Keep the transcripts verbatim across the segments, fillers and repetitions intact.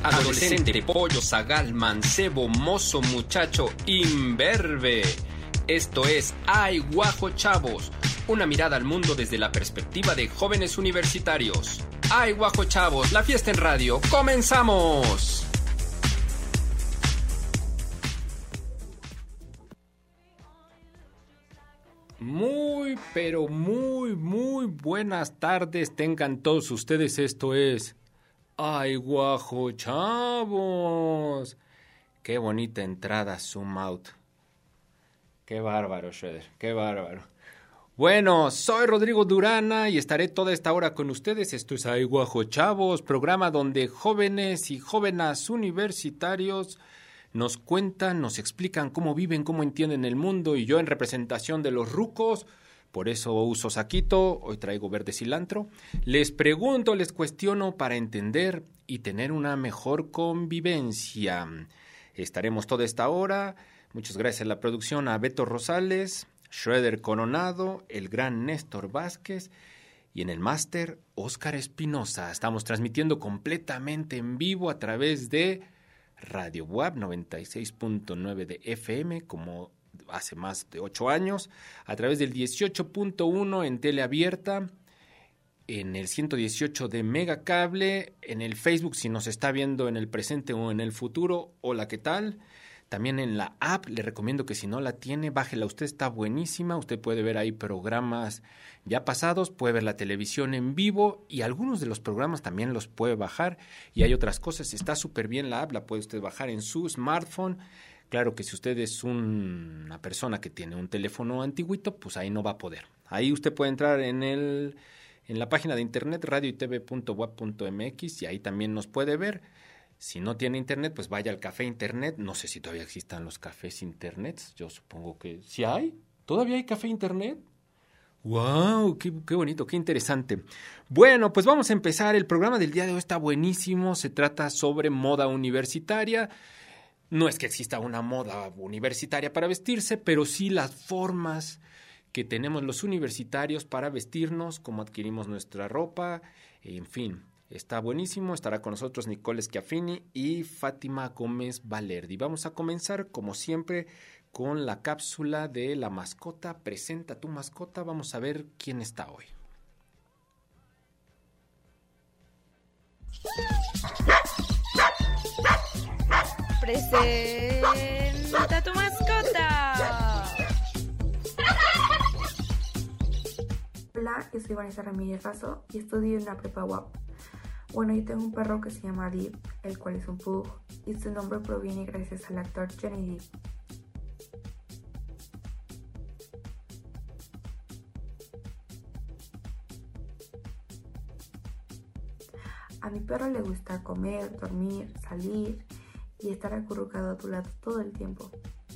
adolescente, pollo, zagal, mancebo, mozo, muchacho, imberbe. Esto es Ay Guajo Chavos, una mirada al mundo desde la perspectiva de jóvenes universitarios. Ay Guajo Chavos, la fiesta en radio, ¡comenzamos! Muy, pero muy, muy buenas tardes tengan todos ustedes. Esto es Ay Guajo Chavos. Qué bonita entrada, zoom out. Qué bárbaro, Shredder, qué bárbaro. Bueno, soy Rodrigo Durana y estaré toda esta hora con ustedes. Esto es Ay Guajo Chavos, programa donde jóvenes y jóvenes universitarios nos cuentan, nos explican cómo viven, cómo entienden el mundo, y yo en representación de los rucos, por eso uso saquito, hoy traigo verde cilantro, les pregunto, les cuestiono para entender y tener una mejor convivencia. Estaremos toda esta hora. Muchas gracias a la producción, a Beto Rosales, Shredder Coronado, el gran Néstor Vázquez y en el máster, Óscar Espinosa. Estamos transmitiendo completamente en vivo a través de Radio W A P noventa y seis punto nueve de F M, como hace más de ocho años, a través del dieciocho punto uno en Teleabierta, en el ciento dieciocho de Megacable, en el Facebook si nos está viendo en el presente o en el futuro. Hola, ¿qué tal? También en la app, le recomiendo que si no la tiene, bájela usted, está buenísima. Usted puede ver ahí programas ya pasados, puede ver la televisión en vivo y algunos de los programas también los puede bajar. Y hay otras cosas, está súper bien la app, la puede usted bajar en su smartphone. Claro que si usted es un, una persona que tiene un teléfono antiguito, pues ahí no va a poder. Ahí usted puede entrar en el en la página de internet radio y t v punto w a p punto m x y ahí también nos puede ver. Si no tiene internet, pues vaya al café internet. No sé si todavía existan los cafés internet. Yo supongo que sí hay. ¿Todavía hay café internet? ¡Wow! Qué, qué bonito, qué interesante! Bueno, pues vamos a empezar. El programa del día de hoy está buenísimo. Se trata sobre moda universitaria. No es que exista una moda universitaria para vestirse, pero sí las formas que tenemos los universitarios para vestirnos, cómo adquirimos nuestra ropa, en fin. Está buenísimo, estará con nosotros Nicole Schiaffini y Fátima Gómez Valerdi. Vamos a comenzar, como siempre, con la cápsula de la mascota. Presenta tu mascota, vamos a ver quién está hoy. Presenta tu mascota. Hola, yo soy Vanessa Ramírez Razo y estudio en la prepa W A P. Bueno, yo tengo un perro que se llama Deep, el cual es un pug, y su nombre proviene gracias al actor Johnny Depp. A mi perro le gusta comer, dormir, salir y estar acurrucado a tu lado todo el tiempo.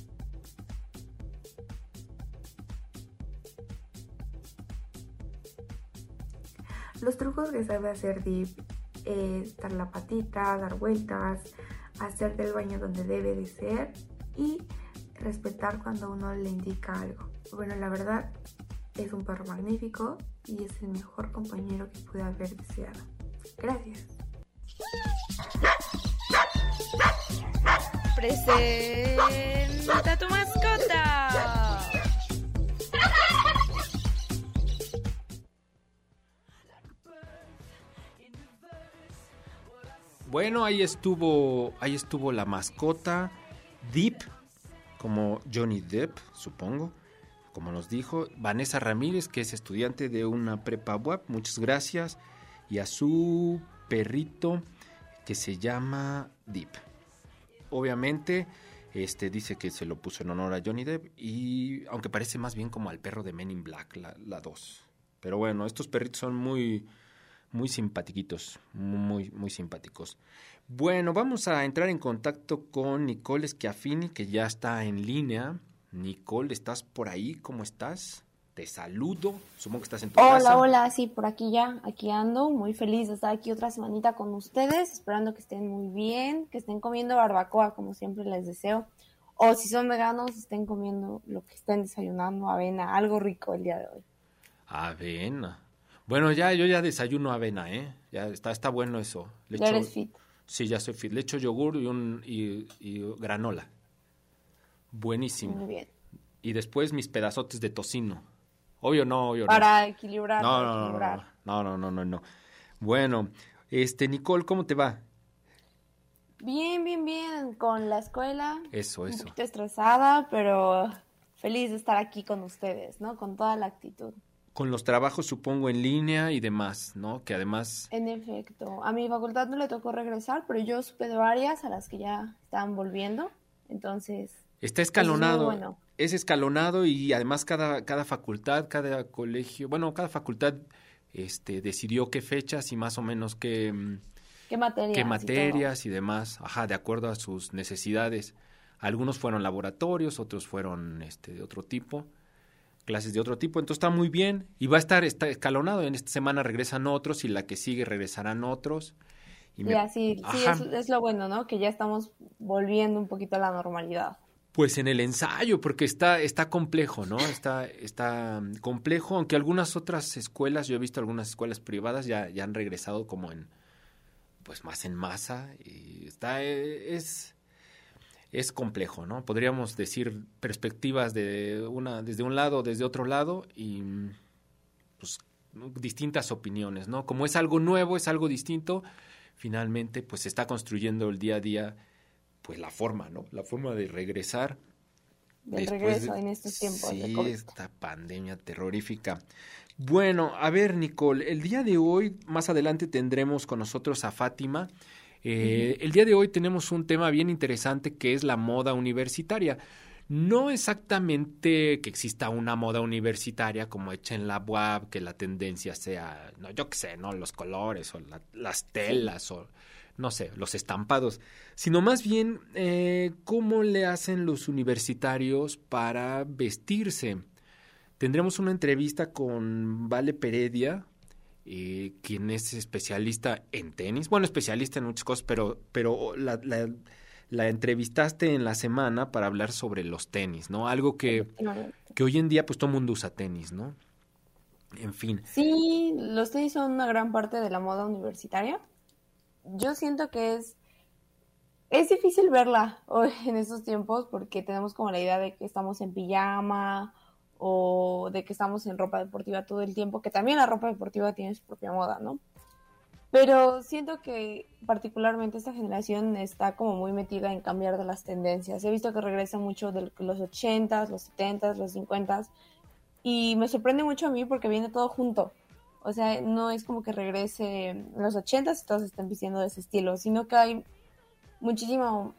Los trucos que sabe hacer Deep es dar la patita, dar vueltas, hacer del baño donde debe de ser y respetar cuando uno le indica algo. Bueno, la verdad es un perro magnífico y es el mejor compañero que pude haber deseado. Gracias. Presenta tu mascota. Bueno, ahí estuvo, ahí estuvo la mascota Deep, como Johnny Depp, supongo, como nos dijo Vanessa Ramírez, que es estudiante de una prepa W A P, muchas gracias, y a su perrito que se llama Deep. Obviamente, este dice que se lo puso en honor a Johnny Depp, y aunque parece más bien como al perro de Men in Black, la, la dos. Pero bueno, estos perritos son muy... Muy simpatiquitos, muy, muy simpáticos. Bueno, vamos a entrar en contacto con Nicole Schiaffini, que ya está en línea. Nicole, ¿estás por ahí? ¿Cómo estás? Te saludo. Supongo que estás en tu hola, casa. Hola, hola, sí, por aquí ya, aquí ando. Muy feliz de estar aquí otra semanita con ustedes, esperando que estén muy bien, que estén comiendo barbacoa, como siempre les deseo. O si son veganos, estén comiendo lo que estén desayunando, avena, algo rico el día de hoy. Avena. Bueno, ya yo ya desayuno avena, ¿eh? Ya está, está bueno eso. Le ya echo, eres fit. Sí, ya soy fit. Le echo yogur y, un, y, y granola. Buenísimo. Muy bien. Y después mis pedazotes de tocino. Obvio no, obvio no. Para equilibrar, No, para no, no, equilibrar. no, no, no, no, no. Bueno, este, Nicole, ¿cómo te va? Bien, bien, bien, con la escuela. Eso, Un eso. poquito estresada, pero feliz de estar aquí con ustedes, ¿no? Con toda la actitud. Con los trabajos, supongo, en línea y demás, ¿no? Que además... En efecto, a mi facultad no le tocó regresar, pero yo supe de varias a las que ya estaban volviendo, entonces... Está eso es escalonado, muy bueno. es escalonado y además cada, cada facultad, cada colegio, bueno, cada facultad este, decidió qué fechas y más o menos qué, mm, ¿Qué materias? qué y todo. materias y demás, ajá, de acuerdo a sus necesidades. Algunos fueron laboratorios, otros fueron este, de otro tipo, clases de otro tipo, entonces está muy bien y va a estar está escalonado. En esta semana regresan otros y la que sigue regresarán otros. Y Y me- así, sí, Ajá. es, es lo bueno, ¿no? Que ya estamos volviendo un poquito a la normalidad. Pues en el ensayo, porque está, está complejo, ¿no? Está, está mm, complejo, aunque algunas otras escuelas, yo he visto algunas escuelas privadas ya, ya han regresado como en, pues más en masa, y está, eh, es, es complejo, ¿no? Podríamos decir perspectivas de una, desde un lado, desde otro lado, y mm, pues distintas opiniones, ¿no? Como es algo nuevo, es algo distinto, finalmente pues se está construyendo el día a día pues la forma, ¿no? La forma de regresar. Del después regreso de- en estos tiempos de Sí, COVID. esta pandemia terrorífica. Bueno, a ver, Nicole, el día de hoy, más adelante tendremos con nosotros a Fátima. Eh, El día de hoy tenemos un tema bien interesante que es la moda universitaria. No exactamente que exista una moda universitaria como hecha en la U A B, que la tendencia sea, no, yo qué sé, ¿no? Los colores o la- las telas o, no sé, los estampados, sino más bien eh, cómo le hacen los universitarios para vestirse. Tendremos una entrevista con Vale Peredia, eh, quien es especialista en tenis, bueno, especialista en muchas cosas, pero, pero la, la, la entrevistaste en la semana para hablar sobre los tenis, ¿no? Algo que, que hoy en día pues todo el mundo usa tenis, ¿no? En fin, Sí, los tenis son una gran parte de la moda universitaria. Yo siento que es, es difícil verla hoy en estos tiempos porque tenemos como la idea de que estamos en pijama o de que estamos en ropa deportiva todo el tiempo, que también la ropa deportiva tiene su propia moda, ¿no? Pero siento que particularmente esta generación está como muy metida en cambiar de las tendencias. He visto que regresa mucho de los ochentas, los setentas, los cincuentas y me sorprende mucho a mí porque viene todo junto. O sea, no es como que regrese en los ochentas y todos estén vistiendo de ese estilo, sino que hay muchísimo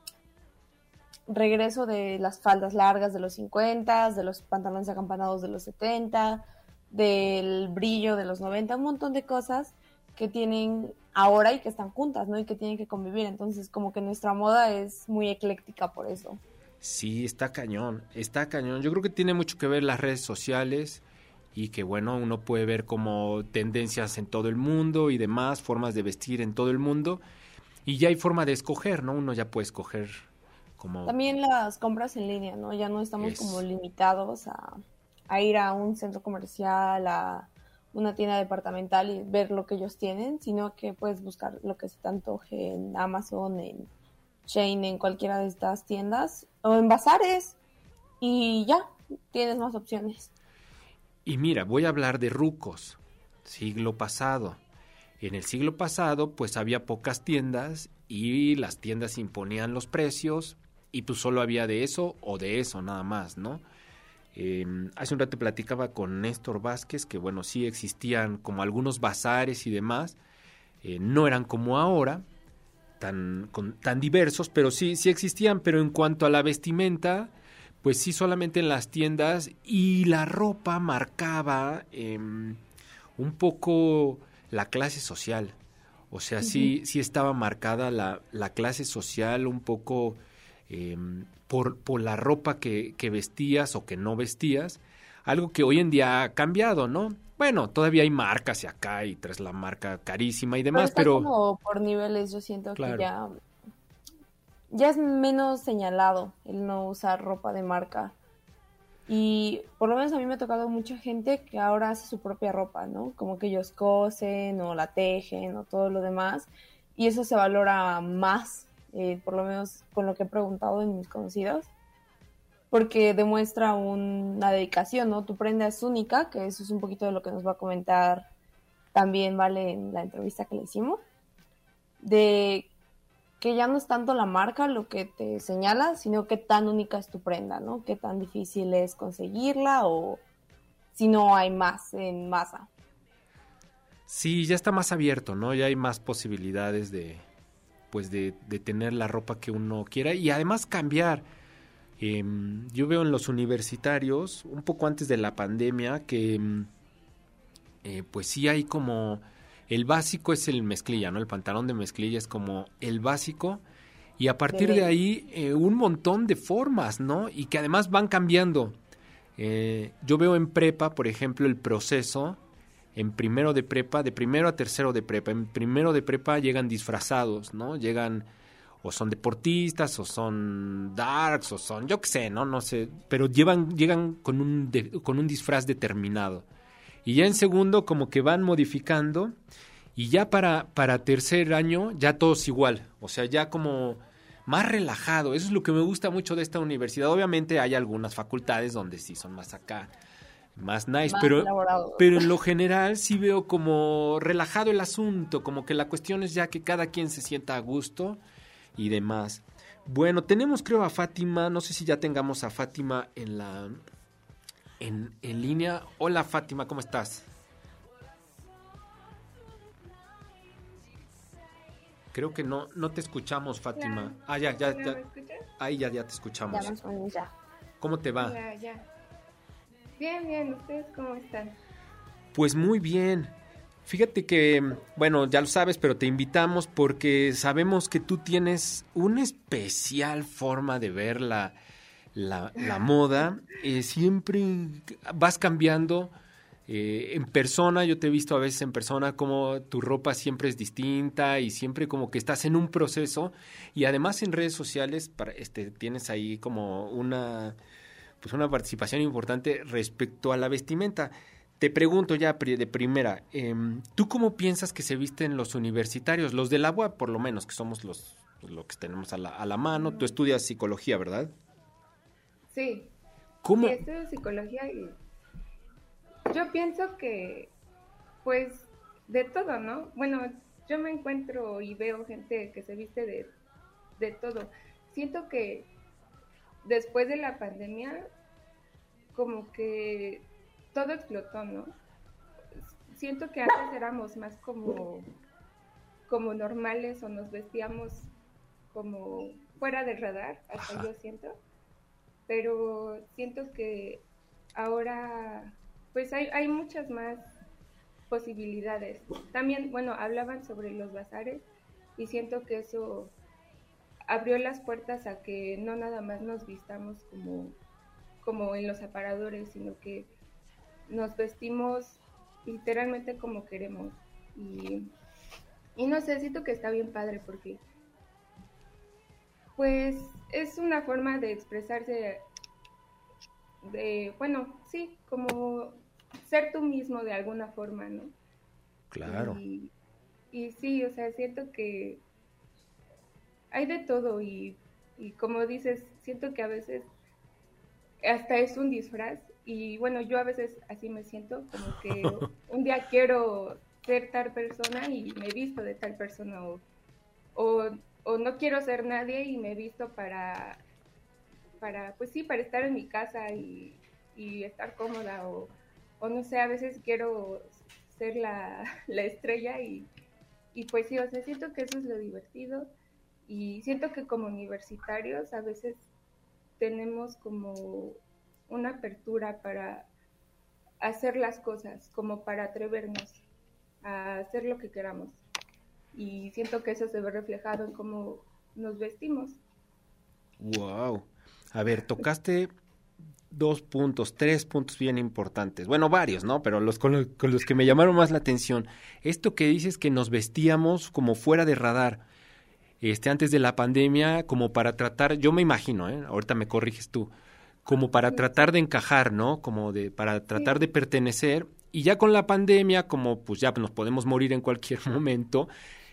regreso de las faldas largas de los cincuenta, de los pantalones acampanados de los setenta, del brillo de los noventa, un montón de cosas que tienen ahora y que están juntas, ¿no? Y que tienen que convivir. Entonces, como que nuestra moda es muy ecléctica por eso. sí, está cañón, está cañón. Yo creo que tiene mucho que ver las redes sociales y que, bueno, uno puede ver como tendencias en todo el mundo y demás, formas de vestir en todo el mundo, y ya hay forma de escoger, ¿no? Uno ya puede escoger como... También las compras en línea, ¿no? Ya no estamos Es- como limitados a, a ir a un centro comercial, a una tienda departamental y ver lo que ellos tienen, sino que puedes buscar lo que se te antoje en Amazon, en Shein, en cualquiera de estas tiendas, o en bazares, y ya, tienes más opciones. Y mira, voy a hablar de rucos, siglo pasado. En el siglo pasado, pues había pocas tiendas y las tiendas imponían los precios y pues solo había de eso o de eso nada más, ¿no? Eh, hace un rato platicaba con Néstor Vázquez que, bueno, sí existían como algunos bazares y demás, eh, no eran como ahora, tan, con, tan diversos, pero sí, sí existían, pero en cuanto a la vestimenta, pues sí solamente en las tiendas y la ropa marcaba eh, un poco la clase social. O sea, sí, sí estaba marcada la, la clase social un poco eh, por, por la ropa que, que vestías o que no vestías. Algo que hoy en día ha cambiado, ¿no? Bueno, todavía hay marcas y acá y tras la marca carísima y Pero demás, está pero... como por niveles, yo siento Claro. que ya, ya es menos señalado el no usar ropa de marca. Y por lo menos a mí me ha tocado mucha gente que ahora hace su propia ropa, ¿no? Como que ellos cosen o la tejen o todo lo demás. y eso se valora más, eh, por lo menos con lo que he preguntado en mis conocidos, porque demuestra un, una dedicación, ¿no? Tu prenda es única, que eso es un poquito de lo que nos va a comentar también Vale en la entrevista que le hicimos, de que ya no es tanto la marca lo que te señala, sino qué tan única es tu prenda, ¿no? Qué tan difícil es conseguirla o si no hay más en masa. Sí, ya está más abierto, ¿no? Ya hay más posibilidades de, pues de, de tener la ropa que uno quiera y además cambiar. Eh, yo veo en los universitarios, un poco antes de la pandemia, que eh, pues sí hay como... El básico es el mezclilla, ¿no? El pantalón de mezclilla es como el básico y a partir de, de ahí eh, un montón de formas, ¿no? Y que además van cambiando. Eh, yo veo en prepa, por ejemplo, el proceso, en primero de prepa, de primero a tercero de prepa. En primero de prepa llegan disfrazados, ¿no? Llegan o son deportistas o son darks o son, yo qué sé, ¿no? No sé, pero llevan, llegan con un, de, con un disfraz determinado. Y ya en segundo como que van modificando y ya para, para tercer año ya todos igual, o sea, ya como más relajado. Eso es lo que me gusta mucho de esta universidad. Obviamente hay algunas facultades donde sí son más acá, más nice, más pero, pero en lo general sí veo como relajado el asunto, como que la cuestión es ya que cada quien se sienta a gusto y demás. Bueno, tenemos creo a Fátima, no sé si ya tengamos a Fátima en la... En, en línea. Hola Fátima, ¿cómo estás? Creo que no no te escuchamos, Fátima. Hola. Ah, ya, ya, ¿No ya. me escuchas? Ahí ya, ya te escuchamos. Ya, más o menos ya. ¿Cómo te va? Ya, ya. Bien, bien, ¿ustedes cómo están? Pues muy bien. Fíjate que, bueno, ya lo sabes, pero te invitamos porque sabemos que tú tienes una especial forma de ver la... La, la moda, eh, siempre vas cambiando eh, en persona. Yo te he visto a veces en persona como tu ropa siempre es distinta y siempre como que estás en un proceso y además en redes sociales para, este, tienes ahí como una, pues una participación importante respecto a la vestimenta. Te pregunto ya de primera, eh, ¿tú cómo piensas que se visten los universitarios? Los del agua por lo menos, que somos los, los que tenemos a la, a la mano. Tú estudias psicología, ¿verdad? Sí. ¿Cómo? Sí, estudio psicología y yo pienso que, pues, de todo, ¿no? Bueno, yo me encuentro y veo gente que se viste de, de todo. Siento que después de la pandemia, como que todo explotó, ¿no? Siento que antes éramos más como, como normales o nos vestíamos como fuera del radar, hasta Ajá. yo siento. Pero siento que ahora pues hay, hay muchas más posibilidades. También, bueno, hablaban sobre los bazares y siento que eso abrió las puertas a que no nada más nos vistamos como, como en los aparadores, sino que nos vestimos literalmente como queremos. Y, y no sé, siento que está bien padre porque pues es una forma de expresarse, de, bueno, sí, como ser tú mismo de alguna forma, ¿no? Claro. Y, y sí, o sea, siento que hay de todo y, y como dices, siento que a veces hasta es un disfraz y bueno, yo a veces así me siento, como que un día quiero ser tal persona y me visto de tal persona o... o o no quiero ser nadie y me he visto para, para pues sí, para estar en mi casa y, y estar cómoda o, o no sé, a veces quiero ser la, la estrella y, y pues sí, o sea, siento que eso es lo divertido y siento que como universitarios a veces tenemos como una apertura para hacer las cosas, como para atrevernos a hacer lo que queramos. Y siento que eso se ve reflejado en cómo nos vestimos. Wow. A ver, tocaste dos puntos, tres puntos bien importantes. Bueno, varios, ¿no? Pero los con, los con los que me llamaron más la atención. Esto que dices que nos vestíamos como fuera de radar, este, antes de la pandemia, como para tratar, yo me imagino, ¿eh? Ahorita me corriges tú, como para tratar de encajar, ¿no? Como de, para tratar de pertenecer. Y ya con la pandemia, como pues ya nos podemos morir en cualquier momento,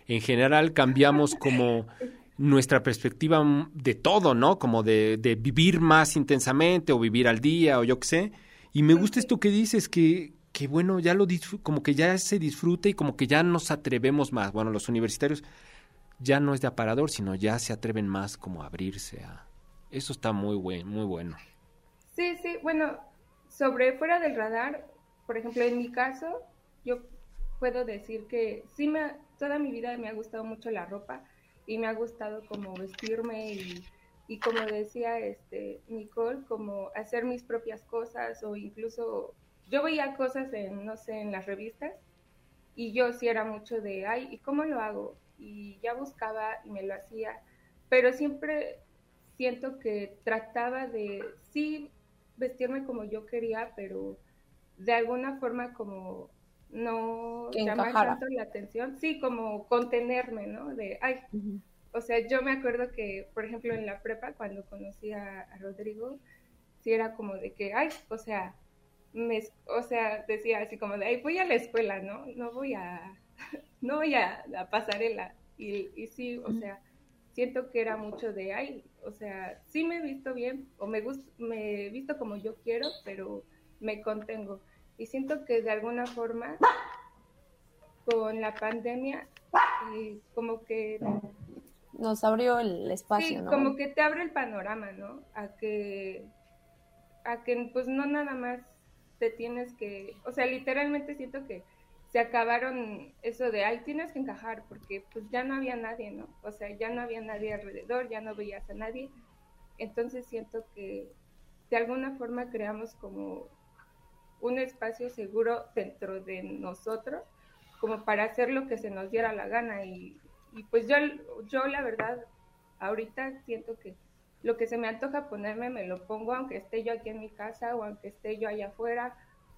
en general cambiamos como nuestra perspectiva de todo, ¿no? Como de, de vivir más intensamente o vivir al día o yo qué sé. Y me gusta esto que dices, que, que bueno, ya lo disfr- como que ya se disfruta y como que ya nos atrevemos más. Bueno, los universitarios ya no es de aparador, sino ya se atreven más como a abrirse a... Eso está muy buen, muy bueno. Sí, sí, bueno, sobre fuera del radar, por ejemplo, en mi caso, yo puedo decir que sí me, ha- toda mi vida me ha gustado mucho la ropa y me ha gustado como vestirme y, y como decía este Nicole, como hacer mis propias cosas o incluso yo veía cosas en, no sé, en las revistas y yo sí era mucho de, ay, ¿y cómo lo hago? Y ya buscaba y me lo hacía, pero siempre siento que trataba de, sí, vestirme como yo quería, pero de alguna forma como no Que llamar encajara. tanto la atención, sí, como contenerme, ¿no? De, ay, Ujú. o sea, yo me acuerdo que, por ejemplo, en la prepa, cuando conocí a, a Rodrigo, sí era como de que, ay, o sea, me, o sea, decía así como de, ay, voy a la escuela, ¿no? No voy a, no voy a la pasarela. Y, y sí, o sea, siento que era mucho de, ay, o sea, sí me he visto bien, o me gusta, me he visto como yo quiero, pero me contengo. Y siento que de alguna forma, con la pandemia, eh, como que Nos abrió el espacio, sí, ¿no? como que te abre el panorama, ¿no? A que, a que pues no nada más te tienes que, o sea, literalmente siento que se acabaron eso de, ay, tienes que encajar, porque pues ya no había nadie, ¿no? O sea, ya no había nadie alrededor, ya no veías a nadie. Entonces siento que de alguna forma creamos como un espacio seguro dentro de nosotros, como para hacer lo que se nos diera la gana. Y, y pues yo, yo la verdad, ahorita siento que lo que se me antoja ponerme me lo pongo, aunque esté yo aquí en mi casa o aunque esté yo allá afuera.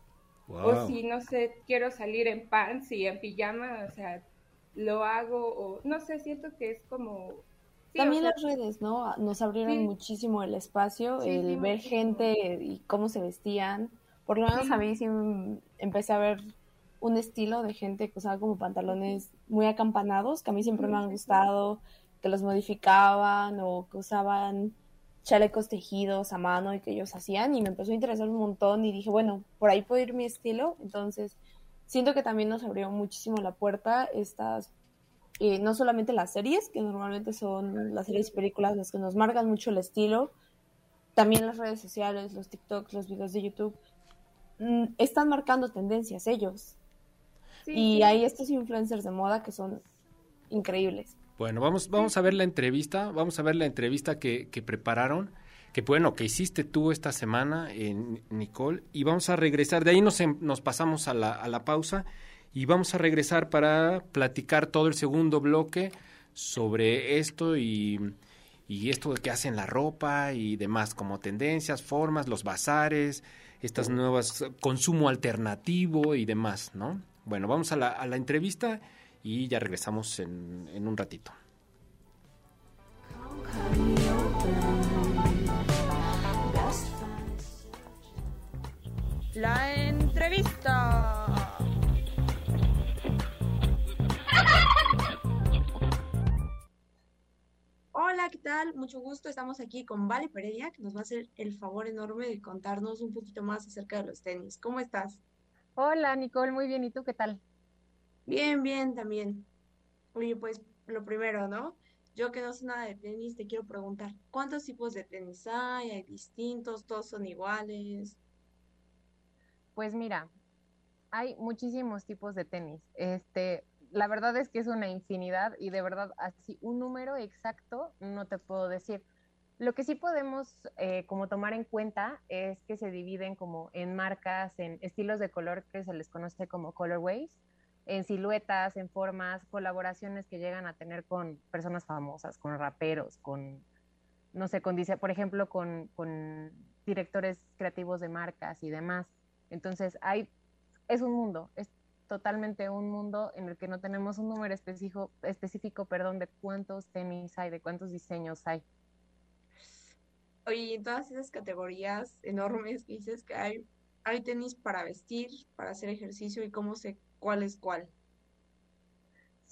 O Wow. si, no sé, quiero salir en pants y en pijama, o sea, lo hago. O no sé, siento que es como, sí, o También sea, las redes, ¿no? Nos abrieron sí, muchísimo el espacio, sí, sí, el ver muchísimo. gente y cómo se vestían. Por lo menos a Sí, mí sí mm, empecé a ver un estilo de gente que usaba como pantalones muy acampanados, que a mí siempre me han sí, sí. gustado, que los modificaban o que usaban chalecos tejidos a mano y que ellos hacían y me empezó a interesar un montón y dije, bueno, por ahí puede ir mi estilo. Entonces, siento que también nos abrió muchísimo la puerta estas eh, no solamente las series, que normalmente son las series y películas las que nos marcan mucho el estilo, también las redes sociales, los TikToks, los videos de YouTube, mm, están marcando tendencias ellos. Sí, Y sí, hay estos influencers de moda que son increíbles. Bueno, vamos, sí, vamos a ver la entrevista, vamos a ver la entrevista que, que prepararon, que bueno, que hiciste tú esta semana, en Nicole, y vamos a regresar, de ahí nos, em- nos pasamos a la, a la pausa, y vamos a regresar para platicar todo el segundo bloque sobre esto y, y esto de que hacen la ropa y demás, como tendencias, formas, los bazares, estas nuevas, consumo alternativo y demás, ¿no? Bueno, vamos a la, a la entrevista y ya regresamos en, en un ratito. La entrevista. Hola, ¿qué tal? Mucho gusto. Estamos aquí con Vale Pereira, que nos va a hacer el favor enorme de contarnos un poquito más acerca de los tenis. ¿Cómo estás? Hola Nicole, muy bien. ¿Y tú qué tal? Bien, bien, también. Oye, pues lo primero, ¿no? Yo que no sé nada de tenis, te quiero preguntar, ¿cuántos tipos de tenis hay? ¿Hay distintos? ¿Todos son iguales? Pues mira, hay muchísimos tipos de tenis. Este, la verdad es que es una infinidad y de verdad así un número exacto no te puedo decir. Lo que sí podemos eh, como tomar en cuenta es que se dividen como en marcas, en estilos de color que se les conoce como colorways, en siluetas, en formas, colaboraciones que llegan a tener con personas famosas, con raperos, con, no sé, con, dice, por ejemplo, con, con directores creativos de marcas y demás. Entonces, hay, es un mundo, es totalmente un mundo en el que no tenemos un número específico, específico, perdón, de cuántos tenis hay, de cuántos diseños hay. Oye, y en todas esas categorías enormes que dices que hay, hay tenis para vestir, para hacer ejercicio y cómo sé cuál es cuál.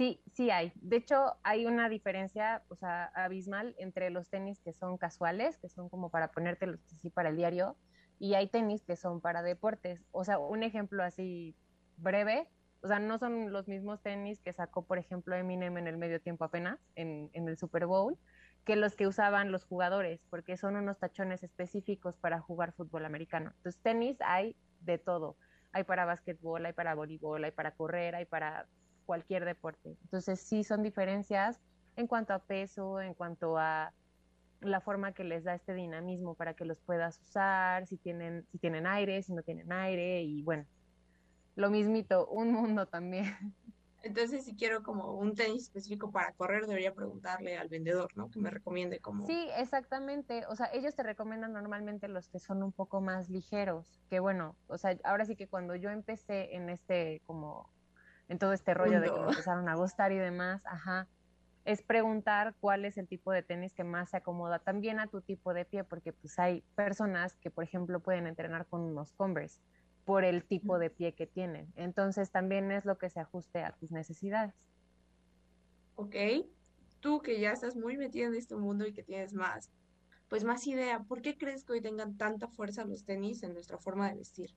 Sí, sí hay. De hecho, hay una diferencia, o sea, abismal entre los tenis que son casuales, que son como para ponértelos así para el diario, y hay tenis que son para deportes. O sea, un ejemplo así breve, o sea, no son los mismos tenis que sacó, por ejemplo, Eminem en el medio tiempo apenas, en, en el Super Bowl, que los que usaban los jugadores, porque son unos tachones específicos para jugar fútbol americano. Entonces, tenis hay de todo. Hay para básquetbol, hay para voleibol, hay para correr, hay para cualquier deporte. Entonces sí son diferencias en cuanto a peso, en cuanto a la forma que les da este dinamismo para que los puedas usar, si tienen, si tienen aire, si no tienen aire, y bueno, lo mismito, un mundo también. Entonces, si quiero como un tenis específico para correr, debería preguntarle al vendedor, ¿no? Que me recomiende como... Sí, exactamente. O sea, ellos te recomiendan normalmente los que son un poco más ligeros, que bueno, o sea, ahora sí que cuando yo empecé en este como en todo este rollo de que me Mundo. empezaron a gustar y demás, ajá, es preguntar cuál es el tipo de tenis que más se acomoda también a tu tipo de pie, porque pues hay personas que, por ejemplo, pueden entrenar con unos Converse por el tipo de pie que tienen. Entonces también es lo que se ajuste a tus necesidades. Ok, tú que ya estás muy metida en este mundo y que tienes más, pues más idea, ¿por qué crees que hoy tengan tanta fuerza los tenis en nuestra forma de vestir?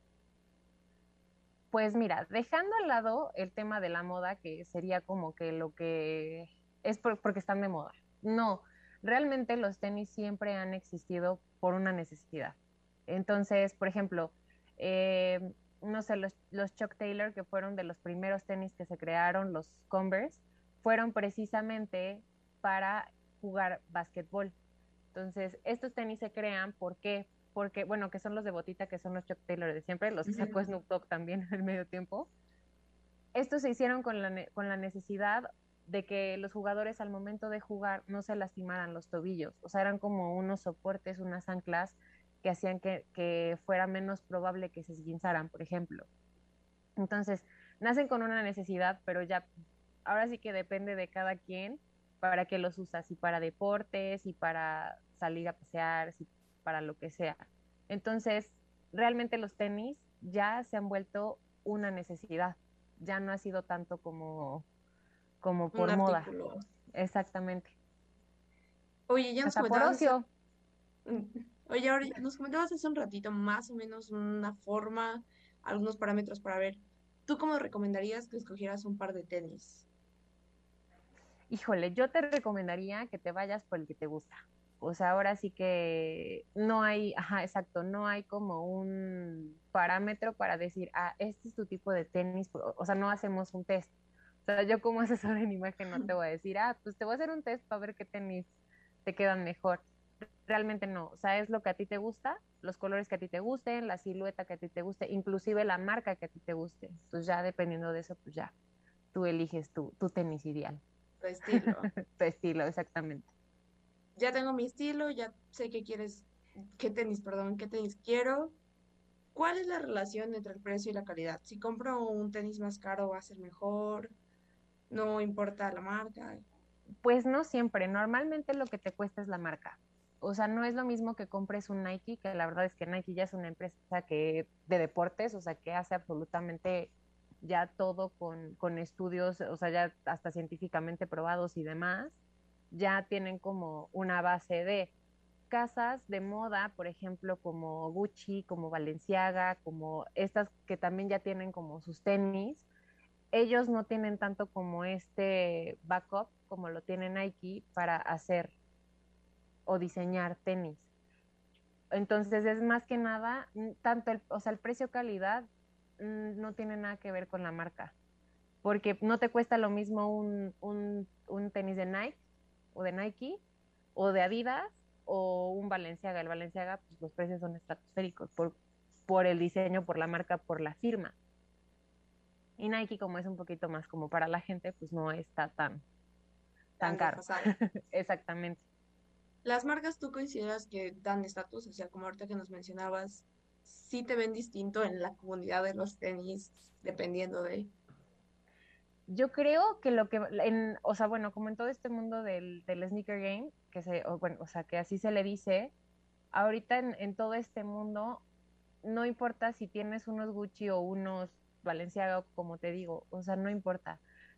Pues mira, dejando al lado el tema de la moda, que sería como que lo que es por- porque están de moda. No, realmente los tenis siempre han existido por una necesidad. Entonces, por ejemplo, eh, no sé, los, los Chuck Taylor, que fueron de los primeros tenis que se crearon, los Converse, fueron precisamente para jugar básquetbol. Entonces, estos tenis se crean, ¿por qué? Porque, bueno, que son los de botita, que son los Chuck Taylor de siempre, los que sacó Ujú. Snoop Dogg también en el medio tiempo. Estos se hicieron con la, ne- con la necesidad de que los jugadores al momento de jugar no se lastimaran los tobillos. O sea, eran como unos soportes, unas anclas que hacían que, que fuera menos probable que se esguinzaran, por ejemplo. Entonces, nacen con una necesidad, pero ya ahora sí que depende de cada quien para qué los usas, si para deportes, si para salir a pasear, si para lo que sea. Entonces, realmente los tenis ya se han vuelto una necesidad, ya no ha sido tanto como, como Un por moda, artículo. exactamente. Oye, ya nos Hasta por comentabas hace, ocio. mm, oye, ahora nos comentabas hace un ratito más o menos una forma, algunos parámetros para ver. ¿Tú cómo recomendarías que escogieras un par de tenis? Híjole, yo te recomendaría que te vayas por el que te gusta. O sea, ahora sí que no hay, ajá, exacto, no hay como un parámetro para decir, ah, este es tu tipo de tenis, o o sea, no hacemos un test. O sea, yo como asesora en imagen no te voy a decir, ah, pues te voy a hacer un test para ver qué tenis te quedan mejor. Realmente no, o sea, es lo que a ti te gusta, los colores que a ti te gusten, la silueta que a ti te guste, inclusive la marca que a ti te guste. Entonces ya dependiendo de eso, pues ya, tú eliges tu, tu tenis ideal. Tu estilo. Tu estilo, exactamente. Ya tengo mi estilo, ya sé qué quieres, qué tenis, perdón, qué tenis quiero. ¿Cuál es la relación entre el precio y la calidad? Si compro un tenis más caro, ¿va a ser mejor? No importa la marca. Pues no siempre, normalmente lo que te cuesta es la marca. O sea, no es lo mismo que compres un Nike, que la verdad es que Nike ya es una empresa que de deportes, o sea, que hace absolutamente ya todo con, con estudios, o sea, ya hasta científicamente probados y demás, ya tienen como una base de casas de moda, por ejemplo, como Gucci, como Balenciaga, como estas que también ya tienen como sus tenis, ellos no tienen tanto como este backup como lo tiene Nike para hacer o diseñar tenis. Entonces es más que nada, mm, tanto el, o sea, el precio-calidad mm, no tiene nada que ver con la marca, porque no te cuesta lo mismo un, un, un tenis de Nike o de Nike o de Adidas o un Balenciaga. El Balenciaga, pues los precios son estratosféricos por, por el diseño, por la marca, por la firma. Y Nike, como es un poquito más como para la gente, pues no está tan, tan Tan caro. desfasado. Exactamente. ¿Las marcas tú consideras que dan estatus? O sea, como ahorita que nos mencionabas, sí te ven distinto en la comunidad de los tenis, dependiendo de... Yo creo que lo que, en, o sea, bueno, como en todo este mundo del, del sneaker game, que se, o bueno, o sea, que así se le dice, ahorita en, en todo este mundo, no importa si tienes unos Gucci o unos Balenciaga, como te digo, o sea, no importa.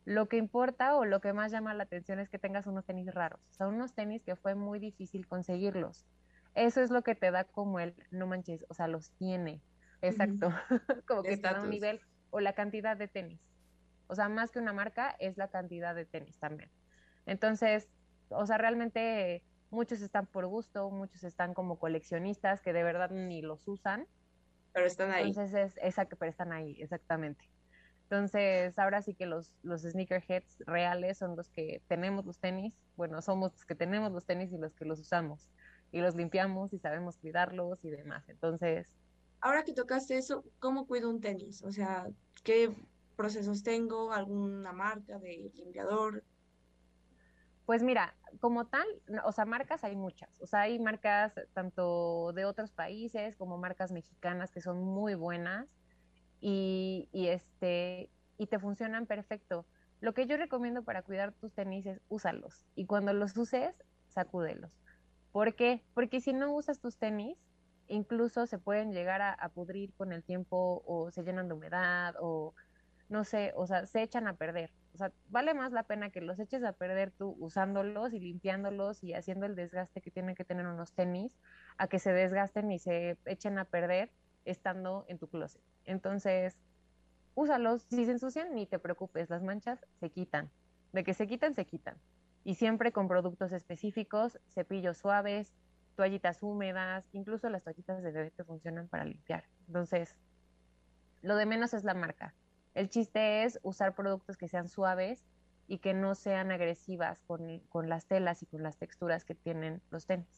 Lo que importa o lo que más llama la atención es que tengas unos tenis raros, o sea, unos tenis que fue muy difícil conseguirlos. Eso es lo que te da como el, no manches, o sea, los tiene, exacto, uh-huh. Como que te da un nivel o la cantidad de tenis. O sea, más que una marca es la cantidad de tenis también. Entonces, o sea, realmente muchos están por gusto, muchos están como coleccionistas que de verdad ni los usan. Pero están ahí. Entonces, es, exacto, pero están ahí, exactamente. Entonces, ahora sí que los, los sneakerheads reales son los que tenemos los tenis. Bueno, somos los que tenemos los tenis y los que los usamos. Y los limpiamos y sabemos cuidarlos y demás. Entonces... Ahora que tocaste eso, ¿cómo cuido un tenis? O sea, ¿qué procesos tengo? ¿Alguna marca de limpiador? Pues mira, como tal, o sea, marcas hay muchas. O sea, hay marcas tanto de otros países como marcas mexicanas que son muy buenas. Y, y, este, y te funcionan perfecto. Lo que yo recomiendo para cuidar tus tenis es úsalos. Y cuando los uses, sacúdelos. ¿Por qué? Porque si no usas tus tenis, incluso se pueden llegar a, a pudrir con el tiempo o se llenan de humedad o no sé, o sea, se echan a perder. O sea, vale más la pena que los eches a perder tú usándolos y limpiándolos y haciendo el desgaste que tienen que tener unos tenis a que se desgasten y se echen a perder estando en tu closet. Entonces, úsalos. Si se ensucian, ni te preocupes, las manchas se quitan. De que se quitan, se quitan. Y siempre con productos específicos, cepillos suaves, toallitas húmedas, incluso las toallitas de bebé te funcionan para limpiar. Entonces, lo de menos es la marca. El chiste es usar productos que sean suaves y que no sean agresivas con, con las telas y con las texturas que tienen los tenis.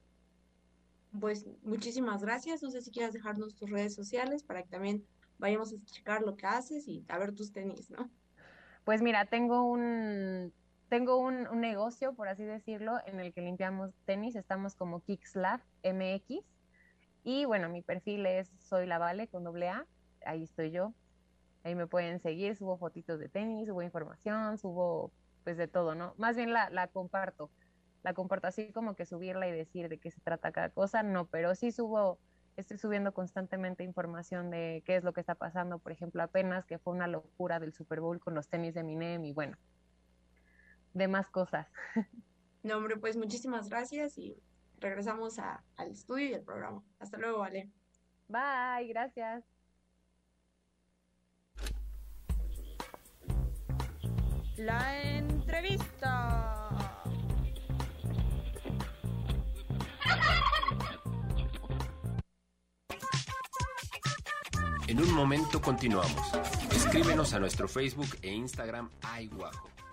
Pues muchísimas gracias. No sé si quieras dejarnos tus redes sociales para que también vayamos a checar lo que haces y a ver tus tenis, ¿no? Pues mira, tengo un tengo un, un negocio, por así decirlo, en el que limpiamos tenis. Estamos como Kickslab M X. Y bueno, mi perfil es Soy la Vale con doble A. Ahí estoy yo. Ahí me pueden seguir, subo fotitos de tenis, subo información, subo pues de todo, ¿no? Más bien la, la comparto. La comparto así como que subirla y decir de qué se trata cada cosa, no, pero sí subo, estoy subiendo constantemente información de qué es lo que está pasando, por ejemplo, apenas que fue una locura del Super Bowl con los tenis de Eminem y bueno, demás cosas. No, hombre, pues muchísimas gracias y regresamos a, al estudio y al programa. Hasta luego, Vale. Bye, gracias. La entrevista. En un momento continuamos. Escríbenos a nuestro Facebook e Instagram ¡Ay, guajo!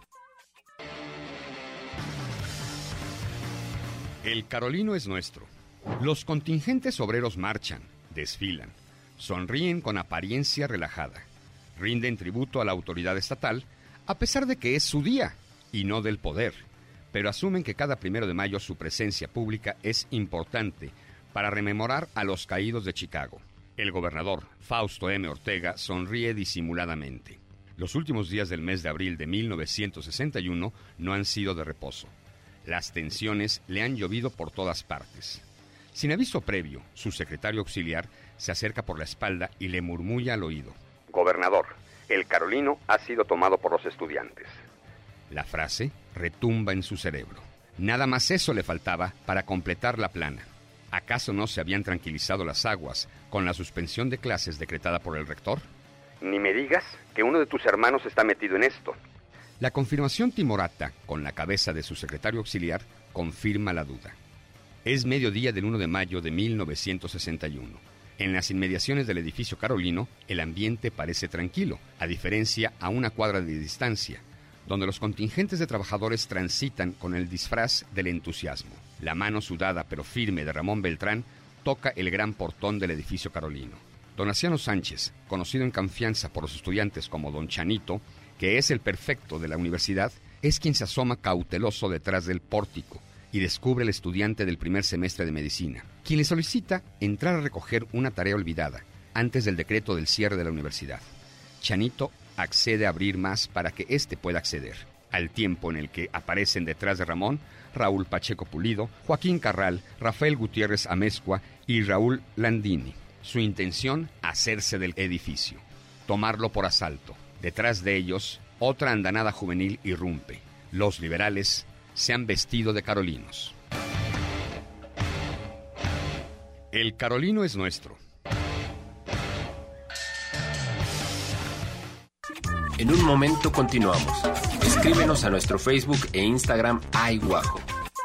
El Carolino es nuestro. Los contingentes obreros marchan, desfilan, sonríen con apariencia relajada, rinden tributo a la autoridad estatal, a pesar de que es su día y no del poder, pero asumen que cada primero de mayo su presencia pública es importante para rememorar a los caídos de Chicago. El gobernador, Fausto M. Ortega, sonríe disimuladamente. Los últimos días del mes de abril de mil novecientos sesenta y uno no han sido de reposo. Las tensiones le han llovido por todas partes. Sin aviso previo, su secretario auxiliar se acerca por la espalda y le murmulla al oído: «Gobernador, el Carolino ha sido tomado por los estudiantes». La frase retumba en su cerebro. Nada más eso le faltaba para completar la plana. ¿Acaso no se habían tranquilizado las aguas con la suspensión de clases decretada por el rector? «Ni me digas que uno de tus hermanos está metido en esto». La confirmación timorata, con la cabeza de su secretario auxiliar, confirma la duda. Es mediodía del uno de mayo de mil novecientos sesenta y uno. En las inmediaciones del edificio Carolino, el ambiente parece tranquilo, a diferencia a una cuadra de distancia, donde los contingentes de trabajadores transitan con el disfraz del entusiasmo. La mano sudada pero firme de Ramón Beltrán toca el gran portón del edificio Carolino. Don Asiano Sánchez, conocido en confianza por los estudiantes como Don Chanito, que es el prefecto de la universidad, es quien se asoma cauteloso detrás del pórtico y descubre al estudiante del primer semestre de medicina, quien le solicita entrar a recoger una tarea olvidada antes del decreto del cierre de la universidad. Chanito accede a abrir más para que éste pueda acceder, al tiempo en el que aparecen detrás de Ramón Raúl Pacheco Pulido, Joaquín Carral, Rafael Gutiérrez Amezcua y Raúl Landini. Su intención, hacerse del edificio, tomarlo por asalto. Detrás de ellos, Otra andanada juvenil irrumpe. Los liberales se han vestido de carolinos. El carolino es nuestro. En un momento continuamos. Escríbenos a nuestro Facebook e Instagram Ay Guajo.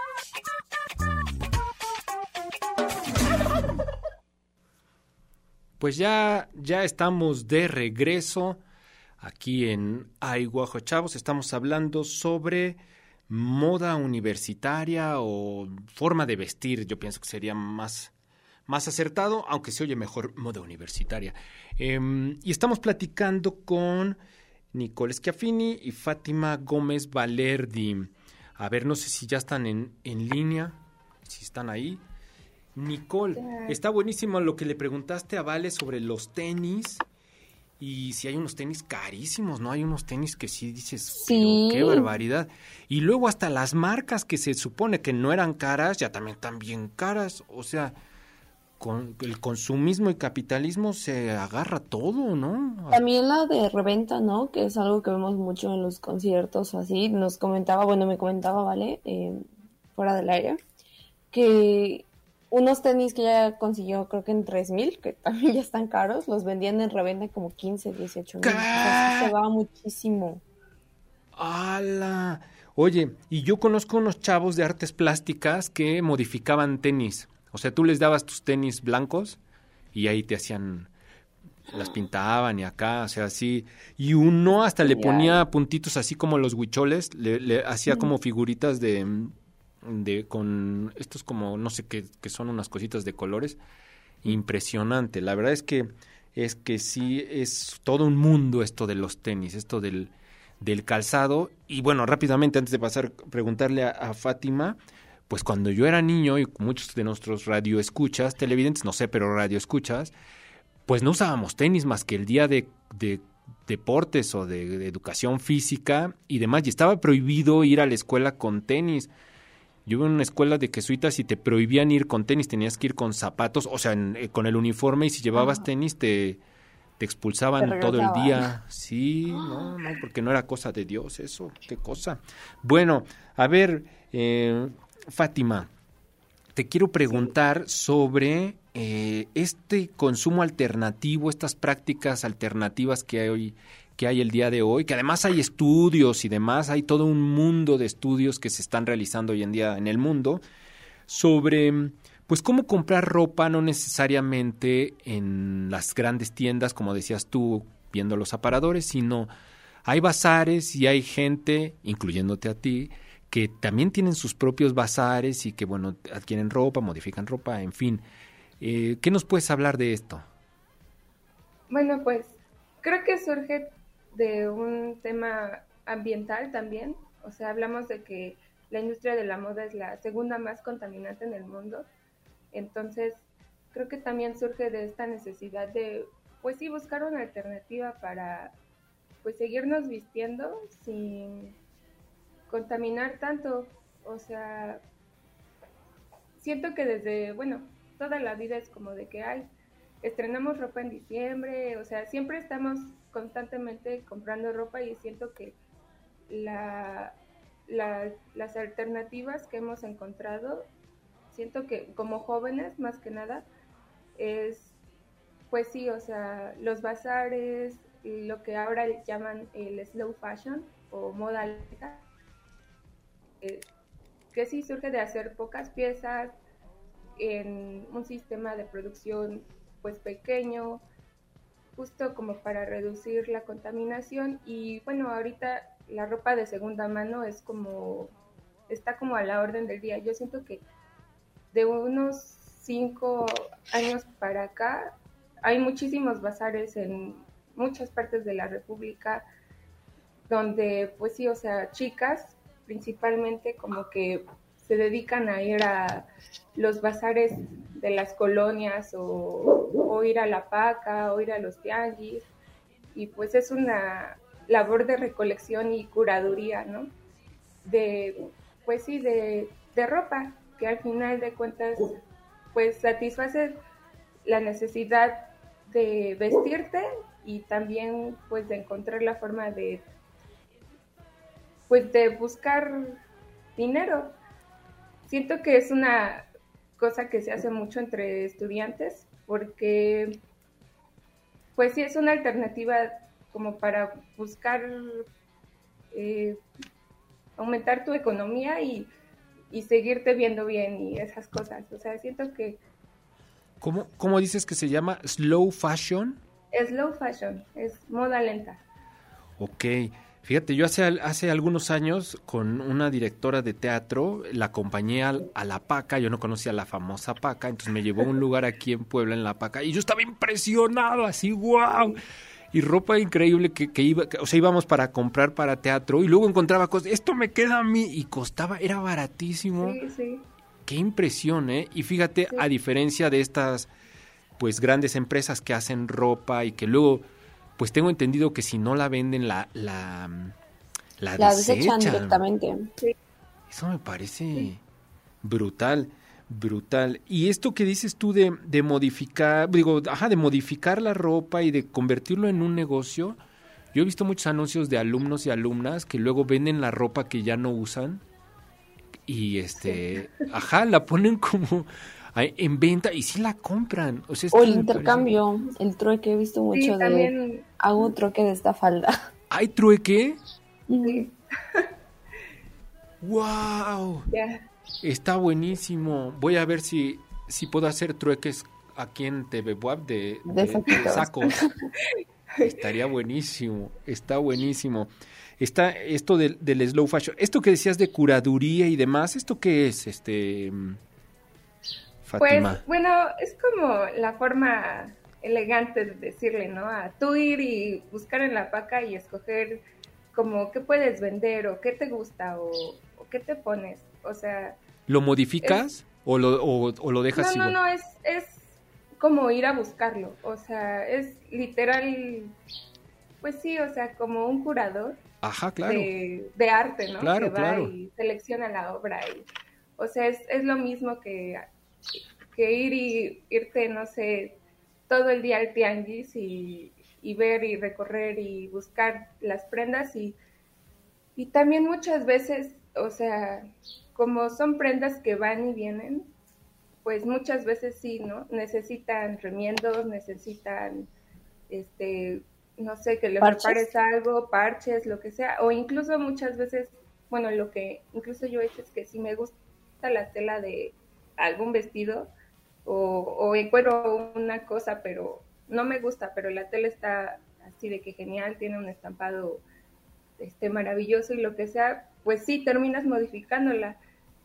Pues ya, ya estamos de regreso aquí en Ay Guajo Chavos. Estamos hablando sobre moda universitaria o forma de vestir. Yo pienso que sería más, más acertado, aunque se oye mejor moda universitaria. Eh, y estamos platicando con Nicole Schiaffini y Fátima Gómez Valerdi. A ver, no sé si ya están en, en línea, si están ahí. Nicole, está buenísimo lo que le preguntaste a Vale sobre los tenis y si hay unos tenis carísimos, ¿no? Hay unos tenis que sí dices, sí, qué barbaridad. Y luego hasta las marcas que se supone que no eran caras, ya también están bien caras. O sea, con el consumismo y capitalismo se agarra todo, ¿no? También la de reventa, ¿no? Que es algo que vemos mucho en los conciertos o así. Nos comentaba, bueno, me comentaba, ¿vale? Eh, fuera del aire, que unos tenis que ya consiguió, creo que en tres mil, que también ya están caros, los vendían en reventa como quince, dieciocho mil. O sea, sí se va muchísimo. ¡Hala! Oye, y yo conozco unos chavos de artes plásticas que modificaban tenis. O sea, tú les dabas tus tenis blancos y ahí te hacían, las pintaban y acá, o sea, así. Y uno hasta le ponía puntitos así como los huicholes, le, le hacía como figuritas de... de con estos como no sé qué que son unas cositas de colores. Impresionante, la verdad es que es que sí es todo un mundo esto de los tenis, esto del del calzado. Y bueno, rápidamente antes de pasar preguntarle a, a Fátima, pues cuando yo era niño y muchos de nuestros radioescuchas, televidentes, no sé, pero radioescuchas, pues no usábamos tenis más que el día de, de deportes o de, de educación física y demás, y estaba prohibido ir a la escuela con tenis. Yo iba en una escuela de jesuitas y te prohibían ir con tenis, tenías que ir con zapatos, o sea, en, eh, con el uniforme, y si llevabas uh-huh. tenis te, te expulsaban te todo el día. Sí, no, no, porque no era cosa de Dios eso, qué cosa. Bueno, a ver, eh, Fátima, te quiero preguntar sí. sobre eh, este consumo alternativo, estas prácticas alternativas que hay hoy, que hay el día de hoy, que además hay estudios y demás, hay todo un mundo de estudios que se están realizando hoy en día en el mundo sobre, pues, cómo comprar ropa no necesariamente en las grandes tiendas, como decías tú, viendo los aparadores, sino hay bazares y hay gente, incluyéndote a ti, que también tienen sus propios bazares y que, bueno, adquieren ropa, modifican ropa, en fin. Eh, ¿qué nos puedes hablar de esto? Bueno, pues, creo que surge de un tema ambiental también, o sea, hablamos de que la industria de la moda es la segunda más contaminante en el mundo, entonces creo que también surge de esta necesidad de, pues sí, buscar una alternativa para, pues, seguirnos vistiendo sin contaminar tanto, o sea, siento que desde, bueno, toda la vida es como de que, ay, estrenamos ropa en diciembre, o sea, siempre estamos constantemente comprando ropa y siento que la, la, las alternativas que hemos encontrado, siento que como jóvenes más que nada, es, pues sí, o sea, los bazares, lo que ahora llaman el slow fashion o moda lenta, eh, que sí surge de hacer pocas piezas en un sistema de producción pues pequeño, justo como para reducir la contaminación. Y bueno, ahorita la ropa de segunda mano es como, está como a la orden del día. Yo siento que de unos cinco años para acá hay muchísimos bazares en muchas partes de la República donde pues sí, o sea, chicas principalmente como que se dedican a ir a los bazares de las colonias o, o ir a la paca o ir a los tianguis, y pues es una labor de recolección y curaduría, ¿no? De, pues sí, de, de ropa, que al final de cuentas pues satisface la necesidad de vestirte y también pues de encontrar la forma de pues de buscar dinero. Siento que es una cosa que se hace mucho entre estudiantes porque pues sí es una alternativa como para buscar eh, aumentar tu economía y, y seguirte viendo bien y esas cosas. O sea, siento que... ¿Cómo, cómo dices que se llama? ¿Slow fashion? Es slow fashion, es moda lenta. Ok. Fíjate, yo hace, hace algunos años con una directora de teatro la acompañé a, a La Paca, yo no conocía la famosa Paca, entonces me llevó a un lugar aquí en Puebla, en La Paca, y yo estaba impresionado, así, wow, y ropa increíble que, que iba, que, o sea, íbamos para comprar para teatro, y luego encontraba cosas, esto me queda a mí, y costaba, era baratísimo. Sí, sí. Qué impresión, ¿eh? Y fíjate, sí. A diferencia de estas, pues, grandes empresas que hacen ropa y que luego... Pues tengo entendido que si no la venden, la la, la, la desechan directamente. Sí. Eso me parece sí. brutal, brutal. Y esto que dices tú de, de modificar, digo, ajá, de modificar la ropa y de convertirlo en un negocio. Yo he visto muchos anuncios de alumnos y alumnas que luego venden la ropa que ya no usan y este, sí. ajá, la ponen como... en venta y sí la compran. O sea, o el intercambio, parece... el trueque, he visto mucho sí, de también... hago trueque de esta falda. ¿Hay trueque? Sí. ¡Wow! Yeah. Está buenísimo. Voy a ver si, si puedo hacer trueques aquí en T V Buap de, de, de, de sacos. Estaría buenísimo, está buenísimo. Está esto del, del slow fashion. Esto que decías de curaduría y demás, ¿esto qué es? Este... Fátima. Pues, bueno, es como la forma elegante de decirle, ¿no? A tú ir y buscar en La Paca y escoger como qué puedes vender o qué te gusta o, o qué te pones, o sea... ¿Lo modificas es, o, lo, o, o lo dejas no, igual? No, no, es, es como ir a buscarlo, o sea, es literal, pues sí, o sea, como un curador. Ajá, claro. de, de arte, ¿no? Claro, que va claro. y selecciona la obra. Y, o sea, es, es lo mismo que... que ir y irte, no sé, todo el día al tianguis y, y ver y recorrer y buscar las prendas y, y también muchas veces, o sea, como son prendas que van y vienen, pues muchas veces sí, ¿no? Necesitan remiendos, necesitan, este, no sé, que le prepares algo, parches, lo que sea, o incluso muchas veces, bueno, lo que incluso yo he hecho es que si me gusta la tela de algún vestido, O, o encuentro una cosa, pero no me gusta, pero la tela está así de que genial, tiene un estampado este, maravilloso y lo que sea, pues sí, terminas modificándola.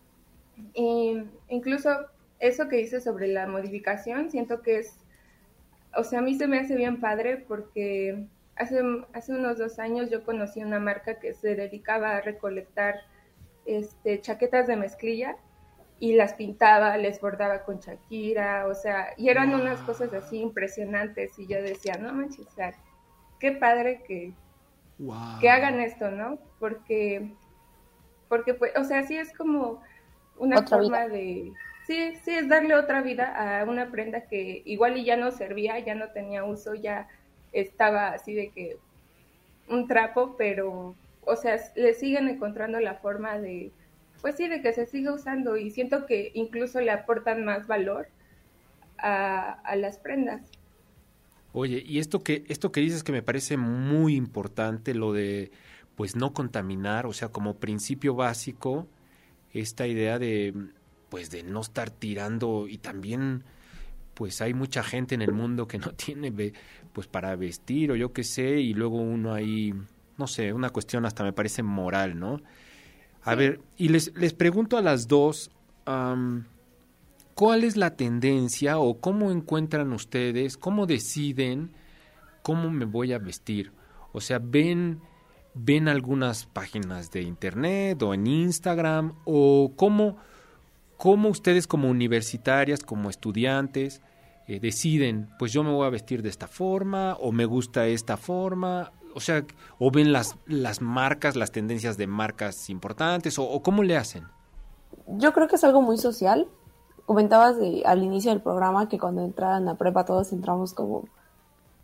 E incluso eso que dices sobre la modificación, siento que es, o sea, a mí se me hace bien padre porque hace, hace unos dos años yo conocí una marca que se dedicaba a recolectar este, chaquetas de mezclilla y las pintaba, les bordaba con Shakira, o sea, y eran wow. unas cosas así impresionantes, y yo decía, no manches, o sea, qué padre que, wow. que hagan esto, ¿no? Porque, porque pues, o sea, sí es como una otra forma vida. de, sí, sí es darle otra vida a una prenda que igual y ya no servía, ya no tenía uso, ya estaba así de que un trapo, pero, o sea, le siguen encontrando la forma de pues sí, de que se siga usando y siento que incluso le aportan más valor a, a las prendas. Oye, y esto que esto que dices que me parece muy importante, lo de pues no contaminar, o sea, como principio básico, esta idea de pues de no estar tirando y también pues hay mucha gente en el mundo que no tiene pues para vestir o yo qué sé y luego uno ahí, no sé, una cuestión hasta me parece moral, ¿no? A sí. ver, y les, les pregunto a las dos, um, ¿cuál es la tendencia o cómo encuentran ustedes, cómo deciden cómo me voy a vestir? O sea, ¿ven, ven algunas páginas de internet o en Instagram? ¿O cómo, cómo ustedes como universitarias, como estudiantes, eh, deciden, pues yo me voy a vestir de esta forma o me gusta esta forma? O sea, o ven las, las marcas, las tendencias de marcas importantes, o, o ¿cómo le hacen? Yo creo que es algo muy social. Comentabas de, al inicio del programa que cuando entraran a prepa todos entramos como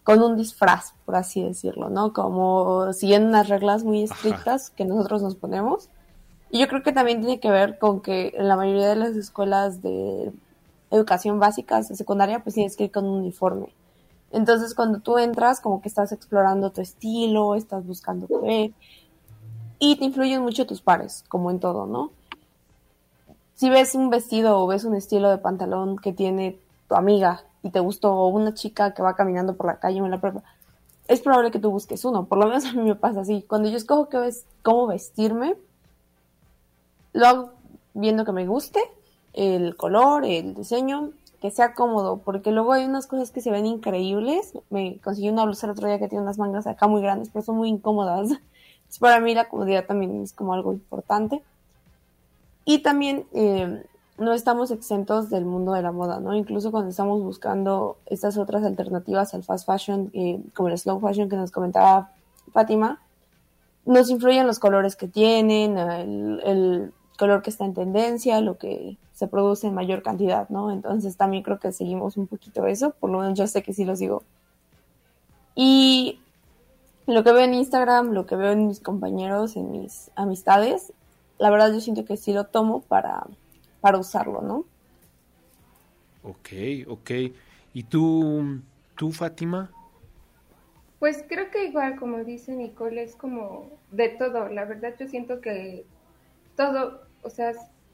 con un disfraz, por así decirlo, ¿no? Como siguiendo unas reglas muy estrictas Ajá. que nosotros nos ponemos. Y yo creo que también tiene que ver con que en la mayoría de las escuelas de educación básica, de secundaria, pues tienes que ir con un uniforme. Entonces, cuando tú entras, como que estás explorando tu estilo, estás buscando qué ver, y te influyen mucho tus pares, como en todo, ¿no? Si ves un vestido o ves un estilo de pantalón que tiene tu amiga y te gustó, o una chica que va caminando por la calle o en la prepa, es probable que tú busques uno. Por lo menos a mí me pasa así. Cuando yo escojo qué ves, cómo vestirme, lo hago viendo que me guste, el color, el diseño, que sea cómodo, porque luego hay unas cosas que se ven increíbles. Me conseguí una blusa el otro día que tiene unas mangas acá muy grandes, pero son muy incómodas. Entonces, para mí la comodidad también es como algo importante. Y también eh, no estamos exentos del mundo de la moda, ¿no? Incluso cuando estamos buscando estas otras alternativas al fast fashion, eh, como el slow fashion que nos comentaba Fátima, nos influyen los colores que tienen, el, el color que está en tendencia, lo que se produce en mayor cantidad, ¿no? Entonces también creo que seguimos un poquito eso, por lo menos yo sé que sí lo sigo. Y lo que veo en Instagram, lo que veo en mis compañeros, en mis amistades, la verdad yo siento que sí lo tomo para, para usarlo, ¿no? Ok, ok. ¿Y tú, tú, Fátima? Pues creo que igual, como dice Nicole, es como de todo. La verdad yo siento que todo, o sea,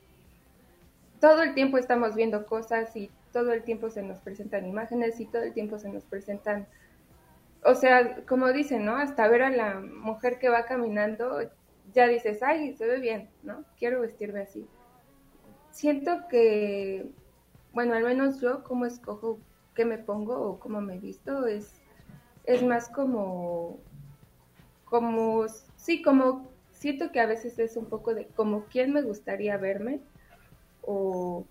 todo el tiempo estamos viendo cosas y todo el tiempo se nos presentan imágenes y todo el tiempo se nos presentan, o sea, como dicen, ¿no? Hasta ver a la mujer que va caminando, ya dices, ay, se ve bien, ¿no? Quiero vestirme así. Siento que, bueno, al menos yo, cómo escojo qué me pongo o cómo me visto, es, es más como, como, sí, como, siento que a veces es un poco de como quién me gustaría verme o,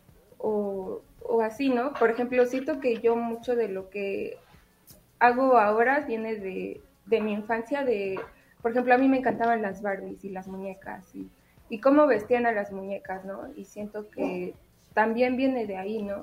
o, o así, ¿no? Por ejemplo, siento que yo mucho de lo que hago ahora viene de, de mi infancia, de, por ejemplo, a mí me encantaban las Barbies y las muñecas y, y cómo vestían a las muñecas, ¿no? Y siento que también viene de ahí, ¿no?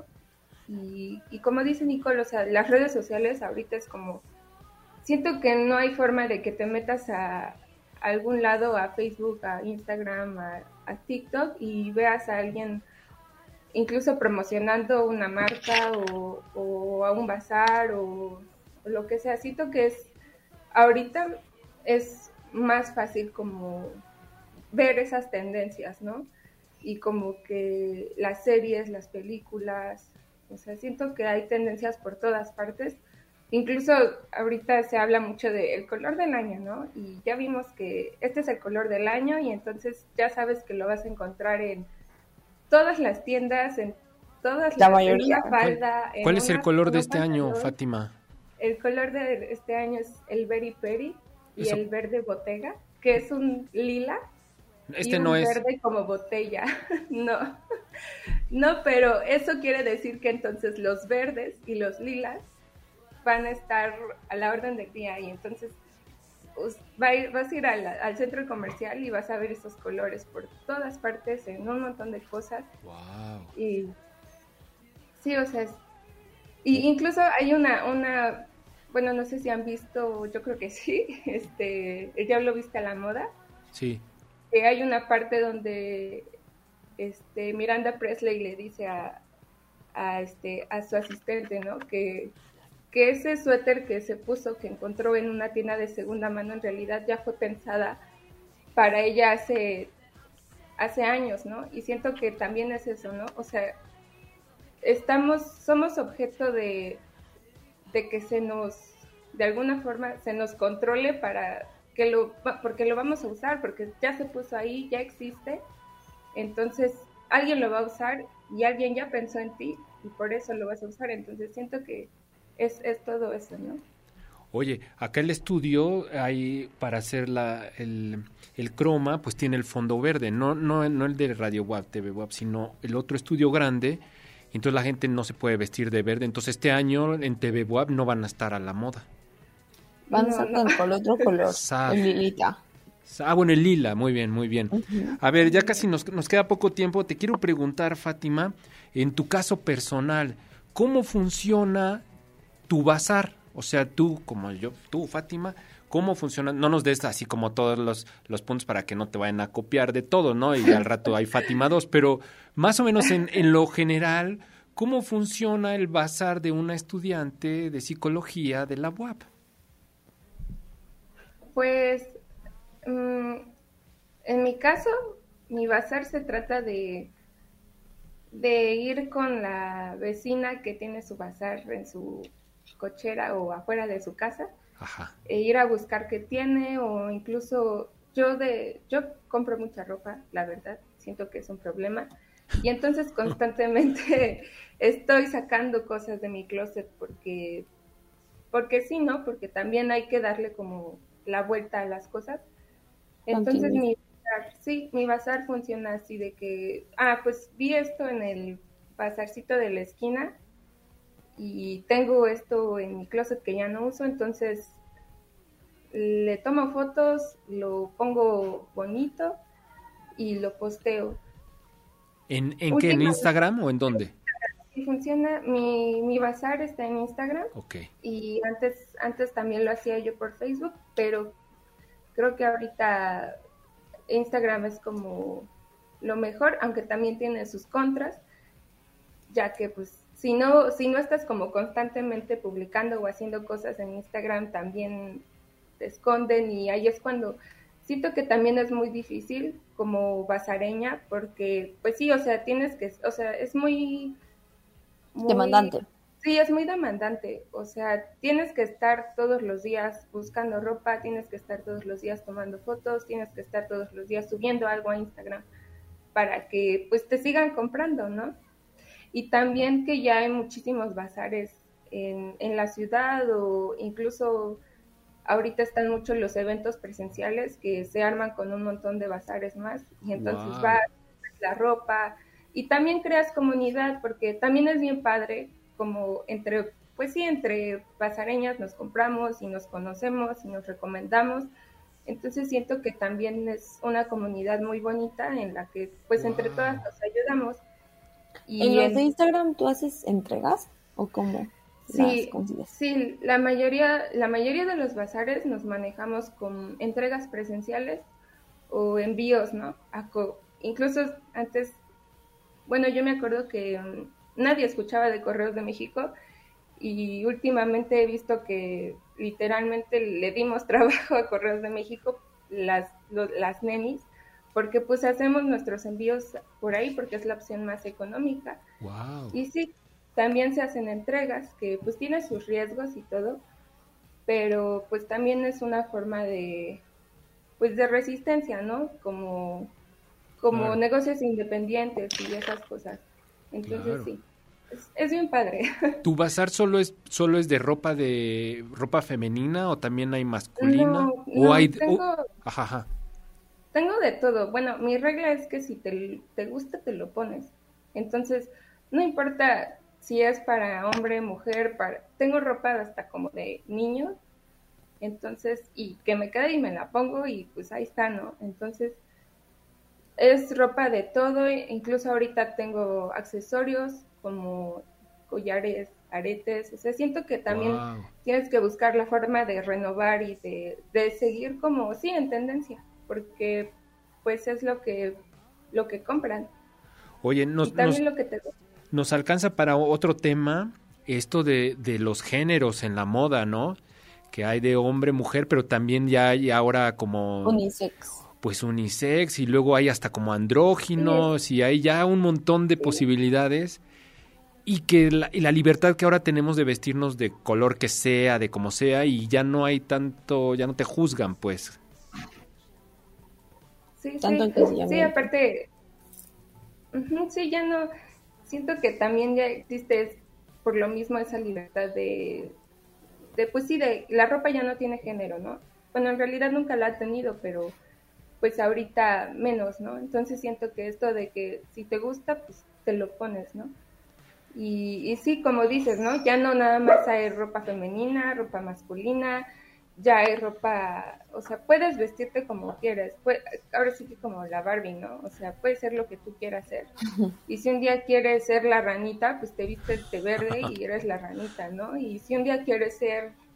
Y, y como dice Nicole, o sea, las redes sociales ahorita es como, siento que no hay forma de que te metas a, a algún lado, a Facebook, a Instagram, a, a TikTok y veas a alguien incluso promocionando una marca o, o a un bazar o, o lo que sea. Siento que es, ahorita es más fácil como ver esas tendencias, ¿no? Y como que las series, las películas, o sea, siento que hay tendencias por todas partes. Incluso ahorita se habla mucho del color del año, ¿no? Y ya vimos que este es el color del año y entonces ya sabes que lo vas a encontrar en todas las tiendas, en todas la las mayoría. en una falda. ¿Cuál, ¿cuál es una, el color de un este año, pantalón. Fátima? El color de este año es el berry peri y Eso. el verde botella, que es un lila. Este y un no es. verde como botella. No. No, pero eso quiere decir que entonces los verdes y los lilas van a estar a la orden del día y entonces pues, va a ir, vas a ir al, al centro comercial y vas a ver esos colores por todas partes en un montón de cosas. Wow. Y sí, o sea, es, y incluso hay una, una, bueno, no sé si han visto, yo creo que sí, este, El Diablo Viste a la Moda. Sí. Que hay una parte donde este, Miranda Presley le dice a, a, este, a su asistente, ¿no? Que, que ese suéter que se puso, que encontró en una tienda de segunda mano, en realidad ya fue pensada para ella hace, hace años, ¿no? Y siento que también es eso, ¿no? O sea, estamos, somos objeto de, de que se nos, de alguna forma, se nos controle para que lo, porque lo vamos a usar, porque ya se puso ahí, ya existe, entonces alguien lo va a usar y alguien ya pensó en ti y por eso lo vas a usar, entonces siento que es, es todo eso, ¿no? Oye, acá el estudio hay para hacer la, el, el croma, pues tiene el fondo verde, no, no, no el de Radio W A P, T V W A P, sino el otro estudio grande, y entonces la gente no se puede vestir de verde, entonces este año en T V W A P no van a estar a la moda. Van a estar con el otro color, Sad. el lilita. Ah, bueno, el lila, muy bien, muy bien. Uh-huh. A ver, ya casi nos, nos queda poco tiempo. Te quiero preguntar, Fátima, en tu caso personal, ¿cómo funciona tu bazar? O sea, tú, como yo, tú, Fátima, ¿cómo funciona? No nos des así como todos los, los puntos para que no te vayan a copiar de todo, ¿no? Y al rato hay Fátima dos, pero más o menos en, en lo general, ¿cómo funciona el bazar de una estudiante de psicología de la U A P? Pues, mm, en mi caso, mi bazar se trata de, de ir con la vecina que tiene su bazar en su cochera o afuera de su casa, Ajá. e ir a buscar qué tiene, o incluso yo de yo compro mucha ropa, la verdad, siento que es un problema, y entonces constantemente estoy sacando cosas de mi closet porque porque sí, ¿no? Porque también hay que darle como la vuelta a las cosas. Entonces mi bazar, sí, mi bazar funciona así de que, ah, pues vi esto en el bazarcito de la esquina y tengo esto en mi closet que ya no uso, entonces le tomo fotos, lo pongo bonito y lo posteo. ¿En, en qué? ¿En Instagram o en dónde? Sí, funciona. Mi, mi bazar está en Instagram. Ok. Y antes, antes también lo hacía yo por Facebook, pero creo que ahorita Instagram es como lo mejor, aunque también tiene sus contras, ya que pues si no, si no estás como constantemente publicando o haciendo cosas en Instagram, también te esconden, y ahí es cuando siento que también es muy difícil como bazareña, porque pues sí, o sea, tienes que, o sea, es muy, muy demandante. Sí, es muy demandante, o sea, tienes que estar todos los días buscando ropa, tienes que estar todos los días tomando fotos, tienes que estar todos los días subiendo algo a Instagram para que pues te sigan comprando, ¿no? Y también que ya hay muchísimos bazares en, en la ciudad, o incluso ahorita están muchos los eventos presenciales que se arman con un montón de bazares más, y entonces Wow. vas, la ropa, y también creas comunidad, porque también es bien padre, como entre, pues sí, entre bazareñas nos compramos y nos conocemos y nos recomendamos. Entonces siento que también es una comunidad muy bonita en la que pues wow. entre todas nos ayudamos. Y ¿en los en... de Instagram tú haces entregas o cómo sí, las consigues? Sí, la mayoría, la mayoría de los bazares nos manejamos con entregas presenciales o envíos, ¿no? A co- incluso antes, bueno, yo me acuerdo que um, nadie escuchaba de Correos de México, y últimamente he visto que literalmente le dimos trabajo a Correos de México, las, lo, las nenis, porque pues hacemos nuestros envíos por ahí porque es la opción más económica. Wow. Y sí, también se hacen entregas que pues tiene sus riesgos y todo, pero pues también es una forma de pues de resistencia, ¿no? Como, como claro. negocios independientes y esas cosas. Entonces claro. sí. Es, es bien padre. ¿Tu bazar solo es solo es de ropa de ropa femenina o también hay masculina? No, ¿O no, hay tengo, oh, ajá, ajá. tengo de todo. Bueno, mi regla es que si te, te gusta, te lo pones. Entonces, no importa si es para hombre, mujer, para tengo ropa hasta como de niños. Entonces, y que me quede y me la pongo y pues ahí está, ¿no? Entonces, es ropa de todo, incluso ahorita tengo accesorios como collares, aretes, o sea, siento que también wow. tienes que buscar la forma de renovar y de, de seguir como, sí, en tendencia, porque pues es lo que lo que compran. Oye, nos, y también nos, lo que te... nos alcanza para otro tema, esto de, de los géneros en la moda, ¿no? Que hay de hombre, mujer, pero también ya hay ahora como... unisex. Pues unisex, y luego hay hasta como andróginos, sí. y hay ya un montón de sí. posibilidades. Y que la, y la libertad que ahora tenemos de vestirnos de color que sea, de como sea, y ya no hay tanto, ya no te juzgan, pues. Sí, tanto sí, sí, aparte, uh-huh, sí, ya no, siento que también ya existe por lo mismo esa libertad de, de, pues sí, de, la ropa ya no tiene género, ¿no? Bueno, en realidad nunca la ha tenido, pero pues ahorita menos, ¿no? Entonces siento que esto de que si te gusta, pues te lo pones, ¿no? Y, y sí, como dices, ¿no? Ya no nada más hay ropa femenina, ropa masculina, ya hay ropa, o sea, puedes vestirte como quieras, pues, ahora sí que como la Barbie, ¿no? O sea, puedes ser lo que tú quieras ser. Y si un día quieres ser la ranita, pues te vistes de verde y eres la ranita, ¿no? Y si un día quieres ser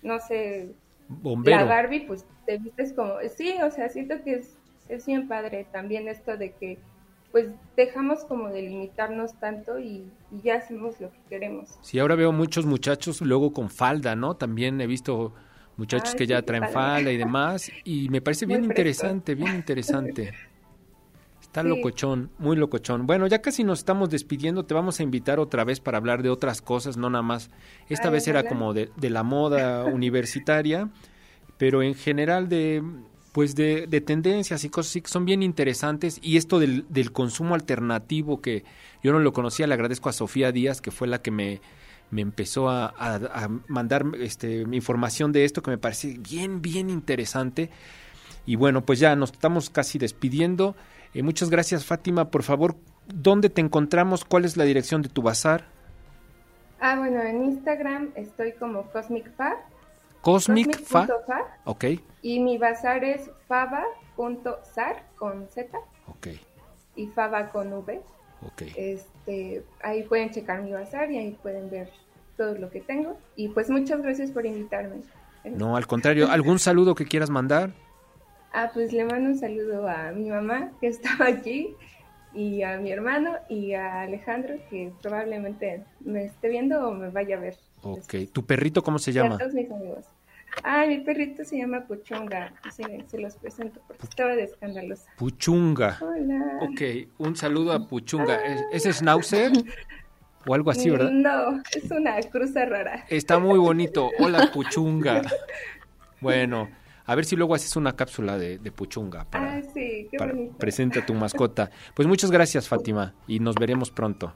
no sé, bombero. La Barbie, pues te vistes como, sí, o sea, siento que es, es bien padre también esto de que pues dejamos como de limitarnos tanto y, y ya hacemos lo que queremos. Sí, ahora veo muchos muchachos luego con falda, ¿no? También he visto muchachos Ay, que ya sí, traen padre. falda y demás, y me parece bien Muy interesante, bien interesante. Está Sí. locochón, muy locochón. Bueno, ya casi nos estamos despidiendo, te vamos a invitar otra vez para hablar de otras cosas, no nada más. Esta Ay, vez era ojalá. como de, de la moda universitaria, pero en general de pues de, de tendencias y cosas así que son bien interesantes, y esto del, del consumo alternativo que yo no lo conocía, le agradezco a Sofía Díaz, que fue la que me, me empezó a, a, a mandar este, información de esto, que me parece bien, bien interesante. Y bueno, pues ya nos estamos casi despidiendo. Eh, muchas gracias, Fátima. Por favor, ¿dónde te encontramos? ¿Cuál es la dirección de tu bazar? Ah, bueno, en Instagram estoy como Cosmic Fa. Cosmic Fa. punto fa, Ok, y mi bazar es fava punto zar con Z ok, y fava con V. ok. Este, ahí pueden checar mi bazar y ahí pueden ver todo lo que tengo. Y pues muchas gracias por invitarme. No, al contrario. ¿Algún saludo que quieras mandar? Ah, pues le mando un saludo a mi mamá que estaba aquí y a mi hermano y a Alejandro que probablemente me esté viendo o me vaya a ver. Ok. ¿Tu perrito cómo se Y a llama? todos mis amigos. Ah, mi perrito se llama Puchunga. Sí, se los presento porque estaba de escandalosa. Puchunga. Hola. Ok, un saludo a Puchunga. ¿Es, ¿Es Schnauzer? O algo así, ¿verdad? No, es una cruza rara. Está muy bonito. Hola, Puchunga. Bueno, a ver si luego haces una cápsula de, de Puchunga para, Ah, sí, qué para bonito. presenta a tu mascota. Pues muchas gracias, Fátima, y nos veremos pronto.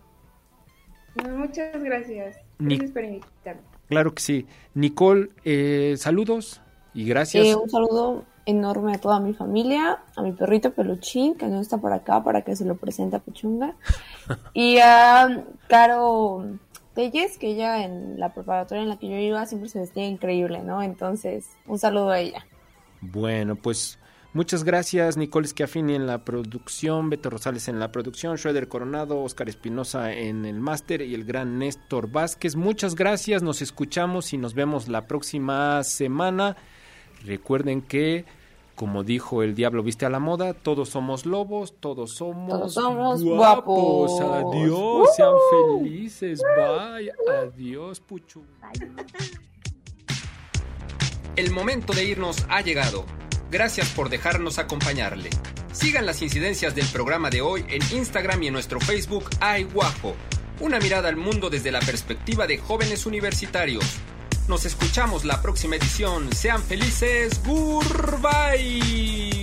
No, muchas gracias. Ni- Gracias por invitarme. Claro que sí. Nicole, eh, saludos y gracias. Eh, un saludo enorme a toda mi familia, a mi perrito Peluchín, que no está por acá para que se lo presente a Puchunga, y a Caro Telles, que ella en la preparatoria en la que yo iba siempre se vestía increíble, ¿no? Entonces, un saludo a ella. Bueno, pues muchas gracias, Nicole Schiaffini en la producción, Beto Rosales en la producción, Schroeder Coronado, Oscar Espinosa en el máster y el gran Néstor Vázquez. Muchas gracias, nos escuchamos y nos vemos la próxima semana. Recuerden que, como dijo el Diablo Viste a la Moda, todos somos lobos, todos somos, Todos somos guapos. guapos. Adiós, sean felices, bye, adiós, Puchu. El momento de irnos ha llegado. Gracias por dejarnos acompañarle. Sigan las incidencias del programa de hoy en Instagram y en nuestro Facebook Ay Guajo. Una mirada al mundo desde la perspectiva de jóvenes universitarios. Nos escuchamos la próxima edición. Sean felices. Goodbye.